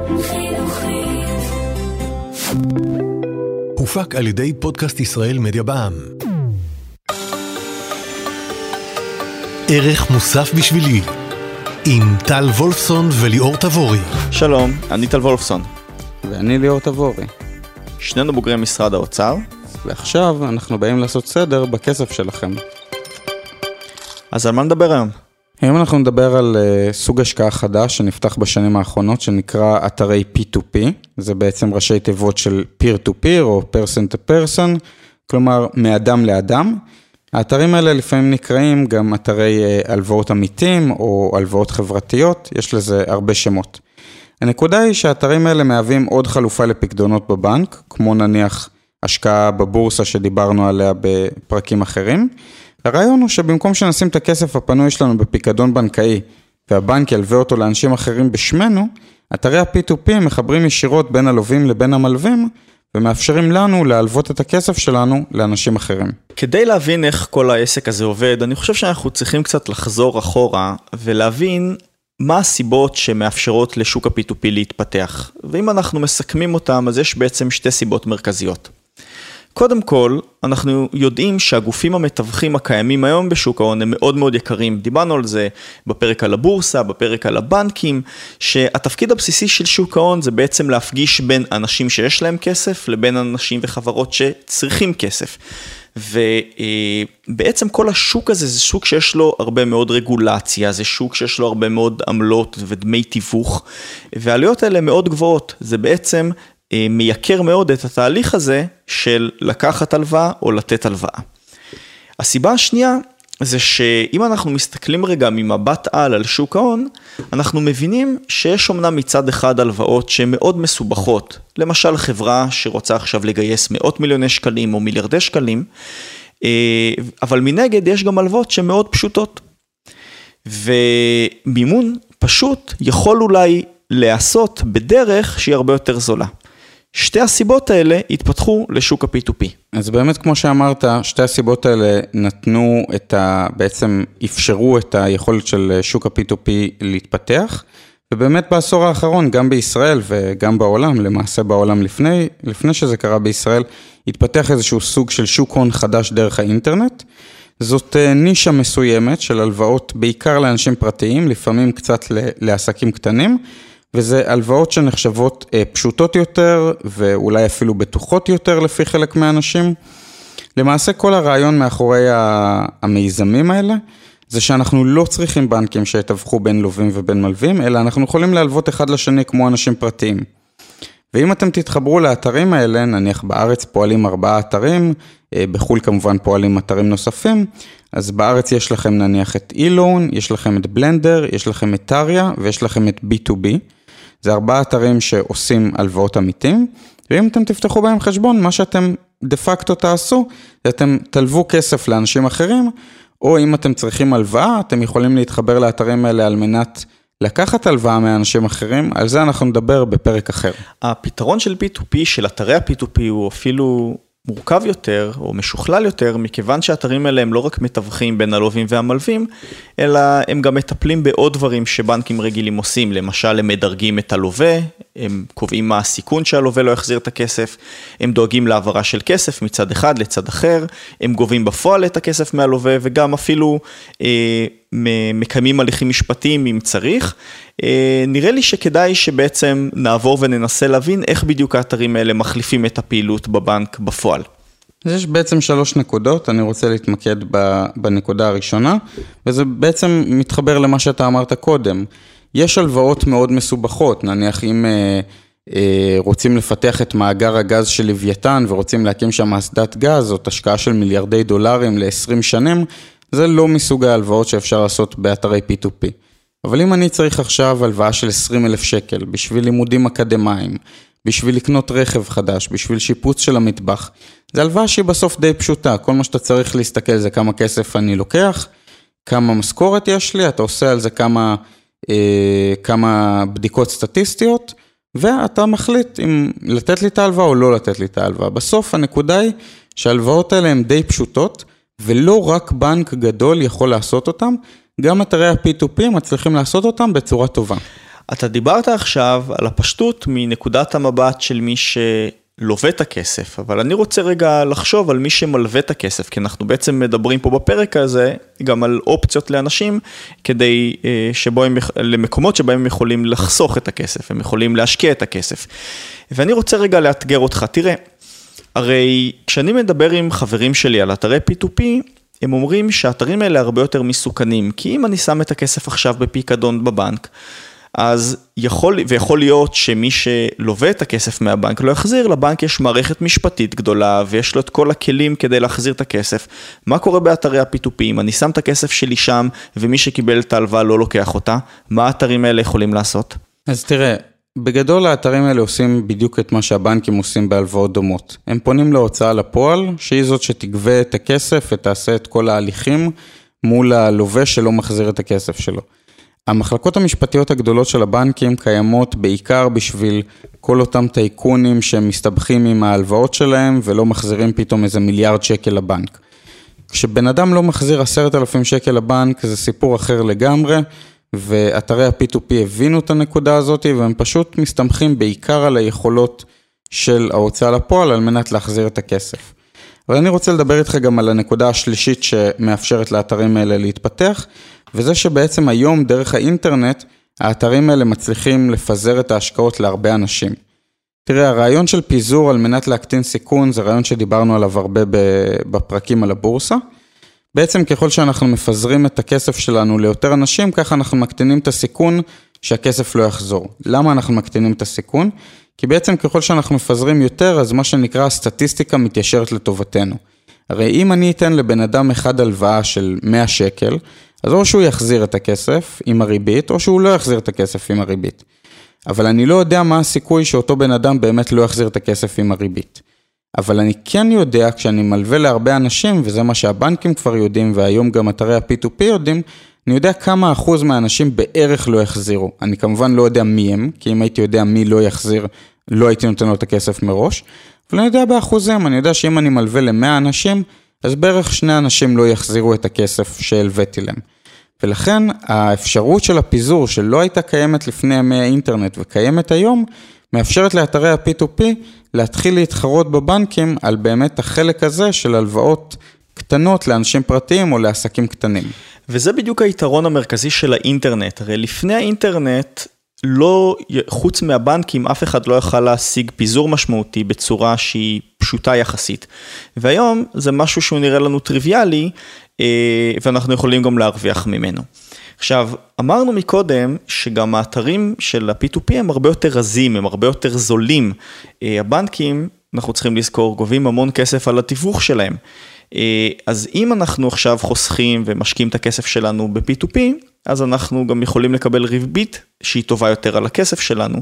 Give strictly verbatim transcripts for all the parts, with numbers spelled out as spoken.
הופק על ידי פודקאסט ישראל מדיה בע"מ. ערך מוסף בשבילי, עם טל וולפסון וליאור תבורי. שלום, אני טל וולפסון. ואני ליאור תבורי. שנינו בוגרי משרד האוצר. ועכשיו אנחנו באים לעשות סדר בכסף שלכם. אז על מה נדבר היום? היום אנחנו נדבר על uh, סוג השקעה חדש שנפתח בשנים האחרונות, שנקרא אתרי פי טו פי. זה בעצם ראשי תיבות של peer to peer או person to person, כלומר מאדם לאדם. האתרים האלה לפעמים נקראים גם אתרי uh, הלוואות אמיתים או הלוואות חברתיות, יש לזה הרבה שמות. הנקודה היא שהאתרים האלה מהווים עוד חלופה לפקדונות בבנק, כמו נניח השקעה בבורסה שדיברנו עליה בפרקים אחרים. הרעיון הוא שבמקום שנשים את הכסף הפנוי שלנו בפיקדון בנקאי, והבנק ילווה אותו לאנשים אחרים בשמנו, אתרי ה-פי טו פי מחברים ישירות בין הלווים לבין המלווים, ומאפשרים לנו להלוות את הכסף שלנו לאנשים אחרים. כדי להבין איך כל העסק הזה עובד, אני חושב שאנחנו צריכים קצת לחזור אחורה, ולהבין מה הסיבות שמאפשרות לשוק ה-פי טו פי להתפתח. ואם אנחנו מסכמים אותם, אז יש בעצם שתי סיבות מרכזיות. קודם כל, אנחנו יודעים שהגופים המתווכים הקיימים היום בשוק ההון הם מאוד מאוד יקרים. דיברנו על זה בפרק על הבורסה, בפרק על הבנקים, שהתפקיד הבסיסי של שוק ההון זה בעצם להפגיש בין אנשים שיש להם כסף לבין אנשים וחברות שצריכים כסף. ובעצם כל השוק הזה זה שוק שיש לו הרבה מאוד רגולציה, זה שוק שיש לו הרבה מאוד עמלות ודמי תיווך, והעלויות האלה מאוד גבוהות. זה בעצם מייקר מאוד את התהליך הזה של לקחת הלוואה או לתת הלוואה. הסיבה השנייה זה שאם אנחנו מסתכלים רגע ממבט על על שוק ההון, אנחנו מבינים שיש אומנם מצד אחד הלוואות שהן מאוד מסובכות, למשל חברה שרוצה עכשיו לגייס מאות מיליוני שקלים או מיליארדי שקלים, אבל מנגד יש גם הלוואות שהן מאוד פשוטות. ומימון פשוט יכול אולי לעשות בדרך שהיא הרבה יותר זולה. שתי הסיבות האלה התפתחו לשוק ה-פי טו פי. אז באמת כמו שאמרת, שתי הסיבות האלה נתנו את ה... בעצם אפשרו את היכולת של שוק ה-פי טו פי להתפתח, ובאמת בעשור האחרון, גם בישראל וגם בעולם, למעשה בעולם לפני, לפני שזה קרה בישראל, התפתח איזשהו סוג של שוק הון חדש דרך האינטרנט. זאת נישה מסוימת של הלוואות בעיקר לאנשים פרטיים, לפעמים קצת לעסקים קטנים, וזה הלוואות שנחשבות פשוטות יותר, ואולי אפילו בטוחות יותר לפי חלק מהאנשים. למעשה כל הרעיון מאחורי המיזמים האלה, זה שאנחנו לא צריכים בנקים שיתווכו בין לווים ובין מלווים, אלא אנחנו יכולים להלוות אחד לשני כמו אנשים פרטיים. ואם אתם תתחברו לאתרים האלה, נניח בארץ פועלים ארבעה אתרים, בחול כמובן פועלים אתרים נוספים, אז בארץ יש לכם נניח את אילון, יש לכם את בלנדר, יש לכם את טריה ויש לכם את בי טו בי. זה ארבעה אתרים שעושים הלוואות אמיתים, ואם אתם תפתחו בהם חשבון, מה שאתם דה פקטו תעשו, זה אתם תלוו כסף לאנשים אחרים, או אם אתם צריכים הלוואה, אתם יכולים להתחבר לאתרים האלה על מנת לקחת הלוואה מאנשים אחרים, על זה אנחנו נדבר בפרק אחר. הפתרון של פי טו פי, של אתרי ה-פי טו פי, הוא אפילו מורכב יותר או משוכלל יותר, מכיוון שהאתרים האלה הם לא רק מתווכים בין הלווים והמלווים, אלא הם גם מטפלים בעוד דברים שבנקים רגילים עושים. למשל, הם מדרגים את הלווה, הם קובעים מה הסיכון שהלווה לא יחזיר את הכסף, הם דואגים להעברה של כסף מצד אחד לצד אחר, הם גובים בפועל את הכסף מהלווה, וגם אפילו אה, מקיימים הליכים משפטיים אם צריך. אה, נראה לי שכדאי שבעצם נעבור וננסה להבין איך בדיוק האתרים האלה מחליפים את הפעילות בבנק בפועל. אז יש בעצם שלוש נקודות, אני רוצה להתמקד בנקודה הראשונה, וזה בעצם מתחבר למה שאתה אמרת קודם. יש הלוואות מאוד מסובכות, נניח אם אה, אה, רוצים לפתח את מאגר הגז של לוויתן, ורוצים להקים שם אסדת גז, זאת השקעה של מיליארדי דולרים ל-עשרים שנים, זה לא מסוג ההלוואות שאפשר לעשות באתרי פי טו פי. אבל אם אני צריך עכשיו הלוואה של עשרים אלף שקל, בשביל לימודים אקדמיים, בשביל לקנות רכב חדש, בשביל שיפוץ של המטבח, זה הלוואה שהיא בסוף די פשוטה, כל מה שאתה צריך להסתכל זה כמה כסף אני לוקח, כמה משכורת יש לי, אתה עושה על זה כמה, אה, כמה בדיקות סטטיסטיות, ואתה מחליט אם לתת לי את ההלוואה או לא לתת לי את ההלוואה. בסוף הנקודה היא שההלוואות האלה הן די פשוטות, ולא רק בנק גדול יכול לעשות אותם, גם אתרי ה-פי טו פי מצליחים לעשות אותם בצורה טובה. אתה דיברת עכשיו על הפשטות מנקודת המבט של מי שלווה את הכסף, אבל אני רוצה רגע לחשוב על מי שמלווה את הכסף, כי אנחנו בעצם מדברים פה בפרק הזה גם על אופציות לאנשים, כדי שבו הם, למקומות שבהם הם יכולים לחסוך את הכסף, הם יכולים להשקיע את הכסף. ואני רוצה רגע לאתגר אותך, תראה, הרי כשאני מדבר עם חברים שלי על אתרי פי טו פי, הם אומרים שהאתרים האלה הרבה יותר מסוכנים, כי אם אני שם את הכסף עכשיו בפיקדון בבנק, אז יכול, ויכול להיות שמי שלווה את הכסף מהבנק לא יחזיר, לבנק יש מערכת משפטית גדולה, ויש לו את כל הכלים כדי להחזיר את הכסף. מה קורה באתרי ה-פי טו פי? אם אני שם את הכסף שלי שם, ומי שקיבל את ההלוואה לא לוקח אותה, מה האתרים האלה יכולים לעשות? אז תראה, בגדול האתרים האלה עושים בדיוק את מה שהבנקים עושים בהלוואות דומות. הם פונים להוצאה לפועל, שהיא זאת שתגבה את הכסף ותעשה את כל ההליכים מול הלווה שלא מחזיר את הכסף שלו. המחלקות המשפטיות הגדולות של הבנקים קיימות בעיקר בשביל כל אותם טייקונים שהם מסתבכים עם ההלוואות שלהם ולא מחזירים פתאום איזה מיליארד שקל לבנק. כשבן אדם לא מחזיר עשרת אלפים שקל לבנק זה סיפור אחר לגמרי, ואתרי ה-פי טו פי הבינו את הנקודה הזאת והם פשוט מסתמכים בעיקר על היכולות של ההוצאה לפועל על מנת להחזיר את הכסף. אבל אני רוצה לדבר איתך גם על הנקודה השלישית שמאפשרת לאתרים האלה להתפתח, וזה שבעצם היום דרך האינטרנט, האתרים האלה מצליחים לפזר את ההשקעות להרבה אנשים. תראה, הרעיון של פיזור על מנת להקטין סיכון, זה רעיון שדיברנו עליו הרבה בפרקים על הבורסה. בעצם ככל שאנחנו מפזרים את הכסף שלנו ליותר אנשים, ככה אנחנו מקטינים את הסיכון שהכסף לא יחזור. למה אנחנו מקטינים את הסיכון? כי בעצם ככל שאנחנו מפזרים יותר, אז מה שנקרא הסטטיסטיקה מתיישרת לטובתנו. הרי אם אני אתן לבן אדם אחד הלוואה של מאה שקל, אז או שהוא יחזיר את הכסף עם הריבית, או שהוא לא יחזיר את הכסף עם הריבית. אבל אני לא יודע מה הסיכוי שאותו בן אדם באמת לא יחזיר את הכסף עם הריבית. אבל אני כן יודע, כשאני מלווה להרבה אנשים, וזה מה שהבנקים כבר יודעים, והיום גם אתרי ה-פי טו פי יודעים, אני יודע כמה אחוז מהאנשים בערך לא יחזירו. אני כמובן לא יודע מי הם, כי אם הייתי יודע מי לא יחזיר, לא הייתי נותן לו את הכסף מראש. אבל אני יודע באחוזים, אני יודע שאם אני מלווה ל-מאה אנשים, אז בערך שני אנשים לא יחזירו את הכסף שהלוויתי להם. ולכן האפשרות של הפיזור שלא הייתה קיימת לפני ימי האינטרנט וקיימת היום, מאפשרת לאתרי ה-פי טו פי להתחיל להתחרות בבנקים על באמת החלק הזה של הלוואות קטנות לאנשים פרטיים או לעסקים קטנים. וזה בדיוק היתרון המרכזי של האינטרנט. הרי לפני האינטרנט, לא, חוץ מהבנקים, אף אחד לא יוכל להשיג פיזור משמעותי בצורה שהיא פשוטה יחסית. והיום זה משהו שהוא נראה לנו טריוויאלי, ואנחנו יכולים גם להרוויח ממנו. עכשיו, אמרנו מקודם שגם האתרים של ה-פי טו פי הם הרבה יותר רזים, הם הרבה יותר זולים. הבנקים, אנחנו צריכים לזכור, גובים המון כסף על התיווך שלהם. אז אם אנחנו עכשיו חוסכים ומשקיעים את הכסף שלנו ב-פי טו פי, אז אנחנו גם יכולים לקבל ריבית שהיא טובה יותר על הכסף שלנו,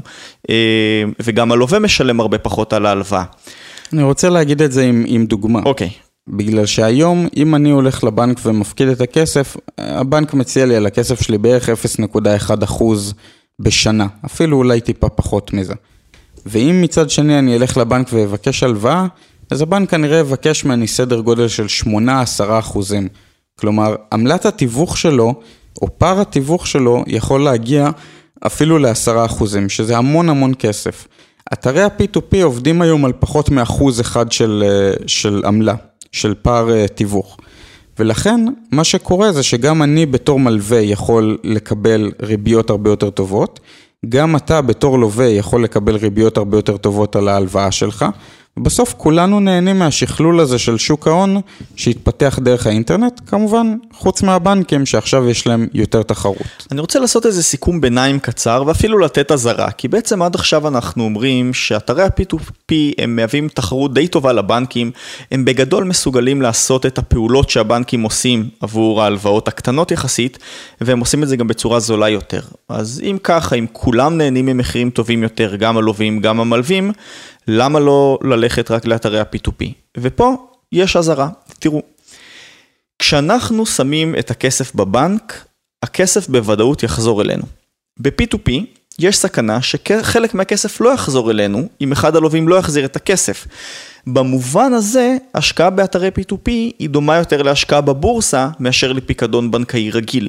וגם הלווה משלם הרבה פחות על ההלוואה. אני רוצה להגיד את זה עם, עם דוגמה. אוקיי. בגלל שהיום, אם אני הולך לבנק ומפקיד את הכסף, הבנק מציע לי על הכסף שלי בערך אפס נקודה אחת אחוז בשנה, אפילו אולי טיפה פחות מזה. ואם מצד שני אני אלך לבנק ויבקש הלוואה, אז הבנק כנראה יבקש ממני סדר גודל של שמונה עד עשרה אחוזים. כלומר, עמלת התיווך שלו, או פער התיווך שלו, יכול להגיע אפילו ל-עשרה אחוזים, שזה המון המון כסף. אתרי ה-פי טו פי עובדים היום על פחות מאחוז אחד של, של עמלה, של פער תיווך. ולכן, מה שקורה זה שגם אני בתור מלווה יכול לקבל ריביות הרבה יותר טובות, גם אתה בתור לווה יכול לקבל ריביות הרבה יותר טובות על ההלוואה שלך, ובסוף כולנו נהנים מהשכלול הזה של שוק ההון שהתפתח דרך האינטרנט, כמובן חוץ מהבנקים שעכשיו יש להם יותר תחרות. אני רוצה לעשות איזה סיכום ביניים קצר ואפילו לתת הזרה, כי בעצם עד עכשיו אנחנו אומרים שאתרי ה-פי טו פי הם מהווים תחרות די טובה לבנקים, הם בגדול מסוגלים לעשות את הפעולות שהבנקים עושים עבור ההלוואות הקטנות יחסית, והם עושים את זה גם בצורה זולה יותר. אז אם ככה, אם כולם נהנים ממחירים טובים יותר, גם הלווים, גם המלווים, למה לא ללכת רק לאתרי ה-פי טו פי? ופה יש הזרה. תראו, כשאנחנו שמים את הכסף בבנק, הכסף בוודאות יחזור אלינו. ב-פי טו פי יש סכנה שחלק מהכסף לא יחזור אלינו, אם אחד הלווים לא יחזיר את הכסף. במובן הזה, השקעה באתרי פי טו פי היא דומה יותר להשקעה בבורסה, מאשר לפיקדון בנקאי רגיל.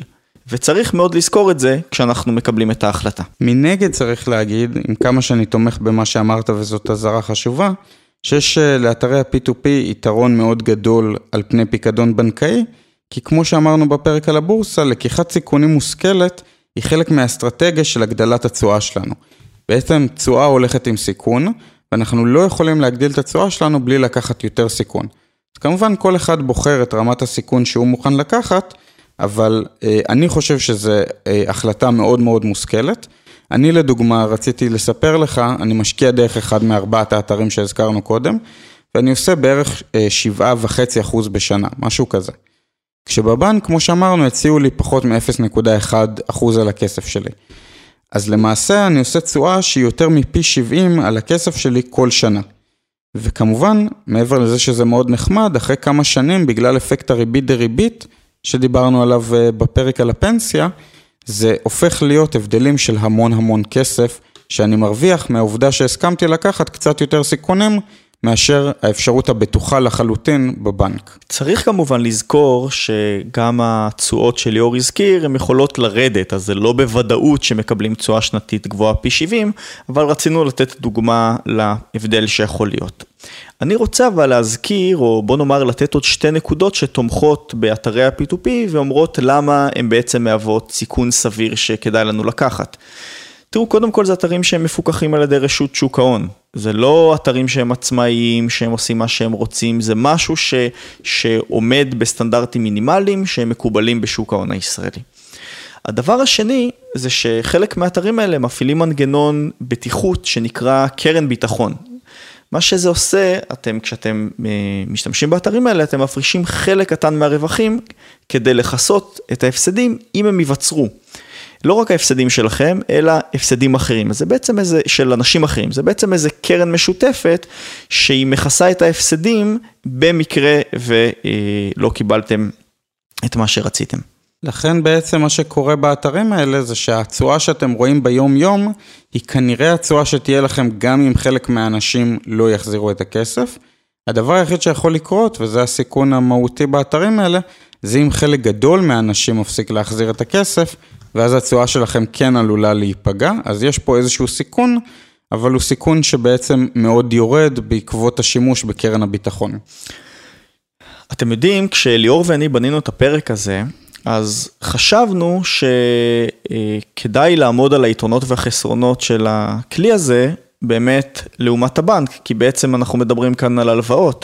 וצריך מאוד לזכור את זה כשאנחנו מקבלים את ההחלטה. מנגד צריך להגיד, עם כמה שאני תומך במה שאמרת וזאת הזרה חשובה, שיש לאתרי ה-פי טו פי יתרון מאוד גדול על פני פיקדון בנקאי, כי כמו שאמרנו בפרק על הבורסה, לקיחת סיכונים מושכלת היא חלק מהאסטרטגיה של הגדלת התשואה שלנו. בעצם תשואה הולכת עם סיכון, ואנחנו לא יכולים להגדיל את התשואה שלנו בלי לקחת יותר סיכון. אז כמובן כל אחד בוחר את רמת הסיכון שהוא מוכן לקחת, אבל אה, אני חושב שזו אה, החלטה מאוד מאוד מושכלת. אני לדוגמה רציתי לספר לך, אני משקיע דרך אחד מארבעת האתרים שהזכרנו קודם, ואני עושה בערך אה, שבעה וחצי אחוז בשנה, משהו כזה. כשבבנק, כמו שאמרנו, הציעו לי פחות מ-אפס נקודה אחת אחוז על הכסף שלי. אז למעשה אני עושה תשואה שהיא יותר מפי שבעים על הכסף שלי כל שנה. וכמובן, מעבר לזה שזה מאוד נחמד, אחרי כמה שנים, בגלל אפקט הריבית דריבית, שדיברנו עליו בפרק על הפנסיה, זה הופך להיות הבדלים של המון המון כסף, שאני מרוויח מהעובדה שהסכמתי לקחת קצת יותר סיכונים, מאשר האפשרות הבטוחה לחלוטין בבנק. צריך כמובן לזכור שגם התשואות של ליאור הזכיר, הן יכולות לרדת, אז זה לא בוודאות שמקבלים תשואה שנתית גבוהה פי שבעים, אבל רצינו לתת דוגמה להבדל שיכול להיות. אני רוצה אבל להזכיר, או בוא נאמר לתת עוד שתי נקודות שתומכות באתרי ה-פי טו פי, ואומרות למה הן בעצם מהוות סיכון סביר שכדאי לנו לקחת. תראו, קודם כל זה אתרים שהם מפוקחים על ידי רשות שוק ההון. זה לא אתרים שהם עצמאיים, שהם עושים מה שהם רוצים, זה משהו ש, שעומד בסטנדרטים מינימליים שהם מקובלים בשוק ההון הישראלי. הדבר השני זה שחלק מהאתרים האלה מפעילים מנגנון בטיחות שנקרא קרן ביטחון. מה שזה עושה, אתם, כשאתם משתמשים באתרים האלה, אתם מפרישים חלק קטן מהרווחים כדי לחסות את ההפסדים אם הם ייווצרו. לא רק ההפסדים שלכם, אלא הפסדים אחרים. זה בעצם איזה, של אנשים אחרים. זה בעצם איזה קרן משותפת, שהיא מכסה את ההפסדים, במקרה ולא קיבלתם את מה שרציתם. לכן בעצם מה שקורה באתרים האלה, זה שהתשואה שאתם רואים ביום יום, היא כנראה התשואה שתהיה לכם, גם אם חלק מהאנשים לא יחזירו את הכסף. הדבר היחיד שיכול לקרות, וזה הסיכון המהותי באתרים האלה, זה אם חלק גדול מהאנשים מפסיק להחזיר את הכסף, ואז התשואה שלכם כן עלולה להיפגע, אז יש פה איזשהו סיכון, אבל הוא סיכון שבעצם מאוד יורד בעקבות השימוש בקרן הביטחון. אתם יודעים, כשליאור ואני בנינו את הפרק הזה, אז חשבנו שכדאי לעמוד על היתרונות והחסרונות של הכלי הזה, באמת לעומת הבנק, כי בעצם אנחנו מדברים כאן על הלוואות.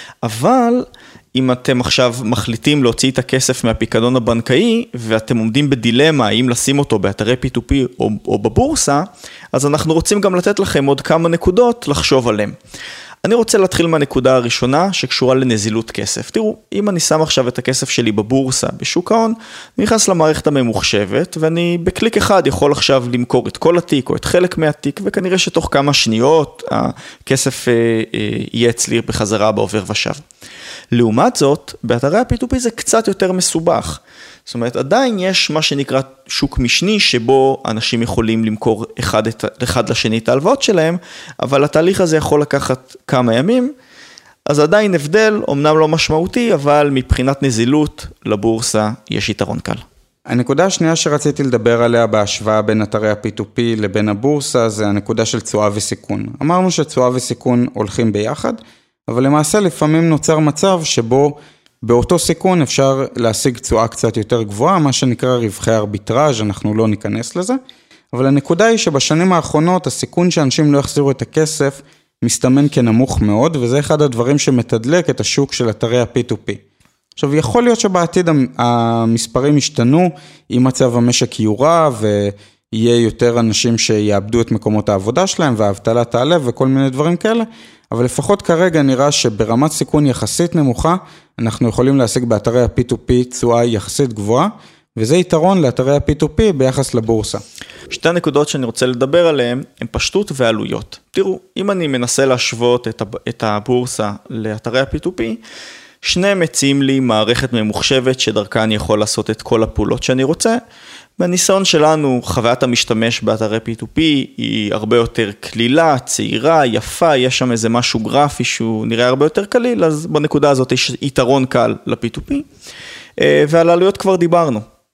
אבל אם אתם עכשיו מחליטים להוציא את הכסף מהפיקדון הבנקאי, ואתם עומדים בדילמה האם לשים אותו באתרי פי טו פי או, או בבורסה, אז אנחנו רוצים גם לתת לכם עוד כמה נקודות לחשוב עליהם. אני רוצה להתחיל מהנקודה הראשונה שקשורה לנזילות כסף. תראו, אם אני שם עכשיו את הכסף שלי בבורסה, בשוק ההון, אני נכנס למערכת הממוחשבת, ואני בקליק אחד יכול עכשיו למכור את כל התיק או את חלק מהתיק, וכנראה שתוך כמה שניות הכסף אה, אה, יהיה אצלי בחזרה בעובר ושב. לעומת זאת, באתרי ה-פי טו פי זה קצת יותר מסובך. זאת אומרת, עדיין יש מה שנקרא שוק משני, שבו אנשים יכולים למכור אחד, אחד לשני את ההלוואות שלהם, אבל התהליך הזה יכול לקחת כמה ימים, אז עדיין הבדל, אמנם לא משמעותי, אבל מבחינת נזילות לבורסה יש יתרון קל. הנקודה השנייה שרציתי לדבר עליה בהשוואה בין אתרי ה-פי טו פי לבין הבורסה, זה הנקודה של תשואה וסיכון. אמרנו שתשואה וסיכון הולכים ביחד, אבל למעשה לפעמים נוצר מצב שבו באותו סיכון אפשר להשיג תשואה קצת יותר גבוהה, מה שנקרא רווחי ארביטראז', אנחנו לא ניכנס לזה, אבל הנקודה היא שבשנים האחרונות הסיכון שאנשים לא יחזירו את הכסף מסתמן כנמוך מאוד, וזה אחד הדברים שמתדלק את השוק של אתרי ה-פי טו פי. עכשיו יכול להיות שבעתיד המספרים ישתנו, אם מצב המשק יורע ויהיה יותר אנשים שיאבדו את מקומות העבודה שלהם והאבטלה תעלה וכל מיני דברים כאלה, אבל לפחות כרגע נראה שברמת סיכון יחסית נמוכה, אנחנו יכולים להשיג באתרי ה-פי טו פי תשואה יחסית גבוהה, וזה יתרון לאתרי ה-פי טו פי ביחס לבורסה. שתי הנקודות שאני רוצה לדבר עליהן, הן פשטות ועלויות. תראו, אם אני מנסה להשוות את הבורסה לאתרי ה-פי טו פי, שניהם מציעים לי מערכת ממוחשבת שדרכה אני יכול לעשות את כל הפעולות שאני רוצה. בניסיון שלנו, חוויית המשתמש באתרי פי טו פי היא הרבה יותר כלילה, צעירה, יפה, יש שם איזה משהו גרפי שהוא נראה הרבה יותר קליל, אז בנקודה הזאת יש יתרון קל ל-פי טו פי. ועל העלויות כבר דיברנו.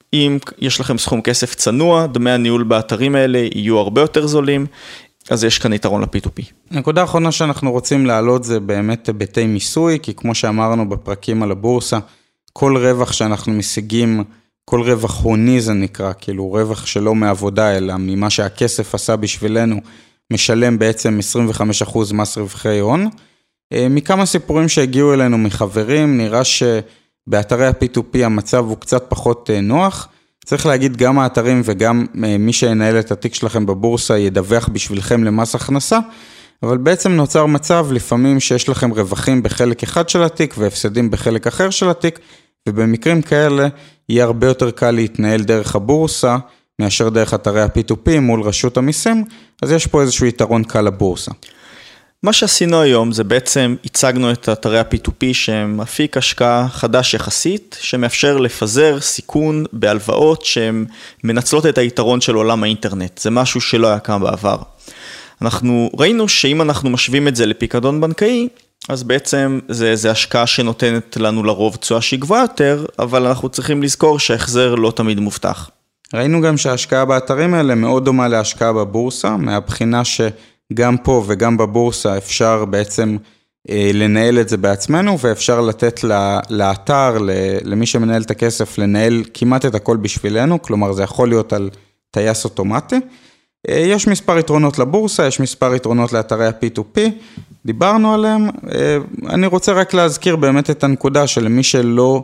אם יש לכם סכום כסף צנוע, דמי הניהול באתרים האלה יהיו הרבה יותר זולים, אז יש כאן יתרון ל-פי טו פי. נקודה האחרונה שאנחנו רוצים להעלות זה באמת היבטי מיסוי, כי כמו שאמרנו בפרקים על הבורסה, כל רווח שאנחנו משיגים, כל רווח הוני זה נקרא, כאילו רווח שלא מעבודה, אלא ממה שהכסף עשה בשבילנו, משלם בעצם עשרים וחמישה אחוז מס רווחי הון. מכמה סיפורים שהגיעו אלינו מחברים, נראה שבאתרי ה-פי טו פי המצב הוא קצת פחות נוח. צריך להגיד, גם האתרים וגם מי שינהל את התיק שלכם בבורסה ידווח בשבילכם למס הכנסה, אבל בעצם נוצר מצב לפעמים שיש לכם רווחים בחלק אחד של התיק והפסדים בחלק אחר של התיק, ובמקרים כאלה יהיה הרבה יותר קל להתנהל דרך הבורסה, מאשר דרך אתרי ה-פי טו פי מול רשות המיסים, אז יש פה איזשהו יתרון קל לבורסה. מה שעשינו היום זה בעצם הצגנו את אתרי ה-פי טו פי שהם אפיק השקעה חדש יחסית, שמאפשר לפזר סיכון בהלוואות שהן מנצלות את היתרון של עולם האינטרנט. זה משהו שלא היה קם בעבר. אנחנו ראינו שאם אנחנו משווים את זה לפיקדון בנקאי, אז בעצם זה, זה השקעה שנותנת לנו לרוב תשואה שהיא גבוהה יותר, אבל אנחנו צריכים לזכור שההחזר לא תמיד מובטח. ראינו גם שההשקעה באתרים האלה מאוד דומה להשקעה בבורסה, מהבחינה שגם פה וגם בבורסה אפשר בעצם אה, לנהל את זה בעצמנו, ואפשר לתת לה, לאתר, למי שמנהל את הכסף, לנהל כמעט את הכל בשבילנו, כלומר זה יכול להיות על טייס אוטומטי. אה, יש מספר יתרונות לבורסה, יש מספר יתרונות לאתרי ה-פי טו פי, דיברנו עליהם. אה, אני רוצה רק להזכיר באמת את הנקודה שלמי שלא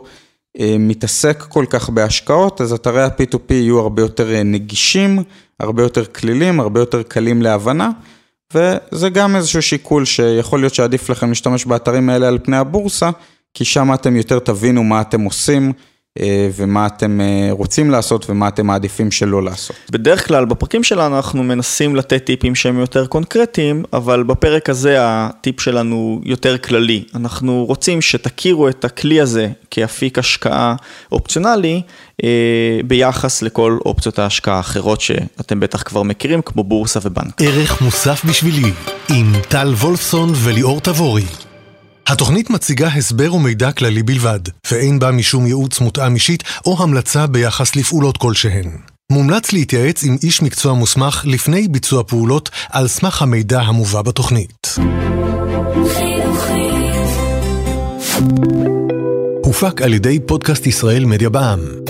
מתעסק כל כך בהשקעות, אז אתרי ה-פי טו פי יהיו הרבה יותר נגישים, הרבה יותר כלילים, הרבה יותר קלים להבנה, וזה גם איזשהו שיקול שיכול להיות שעדיף לכם להשתמש באתרים האלה על פני הבורסה, כי שם אתם יותר תבינו מה אתם עושים, ומה אתם רוצים לעשות ומה אתם מעדיפים שלא לעשות. בדרך כלל בפרקים שלנו אנחנו מנסים לתת טיפים שהם יותר קונקרטיים, אבל בפרק הזה הטיפ שלנו יותר כללי. אנחנו רוצים שתכירו את הכלי הזה כאפיק השקעה אופציונלי, ביחס לכל אופציות ההשקעה האחרות שאתם בטח כבר מכירים, כמו בורסה ובנק. ערך מוסף בשבילי, עם טל וולפסון וליאור תבורי. התוכנית מציגה הסבר ומידע כללי בלבד, ואין בה משום ייעוץ מותאם אישית או המלצה ביחס לפעולות כלשהן. מומלץ להתייעץ עם איש מקצוע מוסמך לפני ביצוע פעולות על סמך המידע המובא בתוכנית. הופק על ידי פודקאסט ישראל מדיה בע"מ.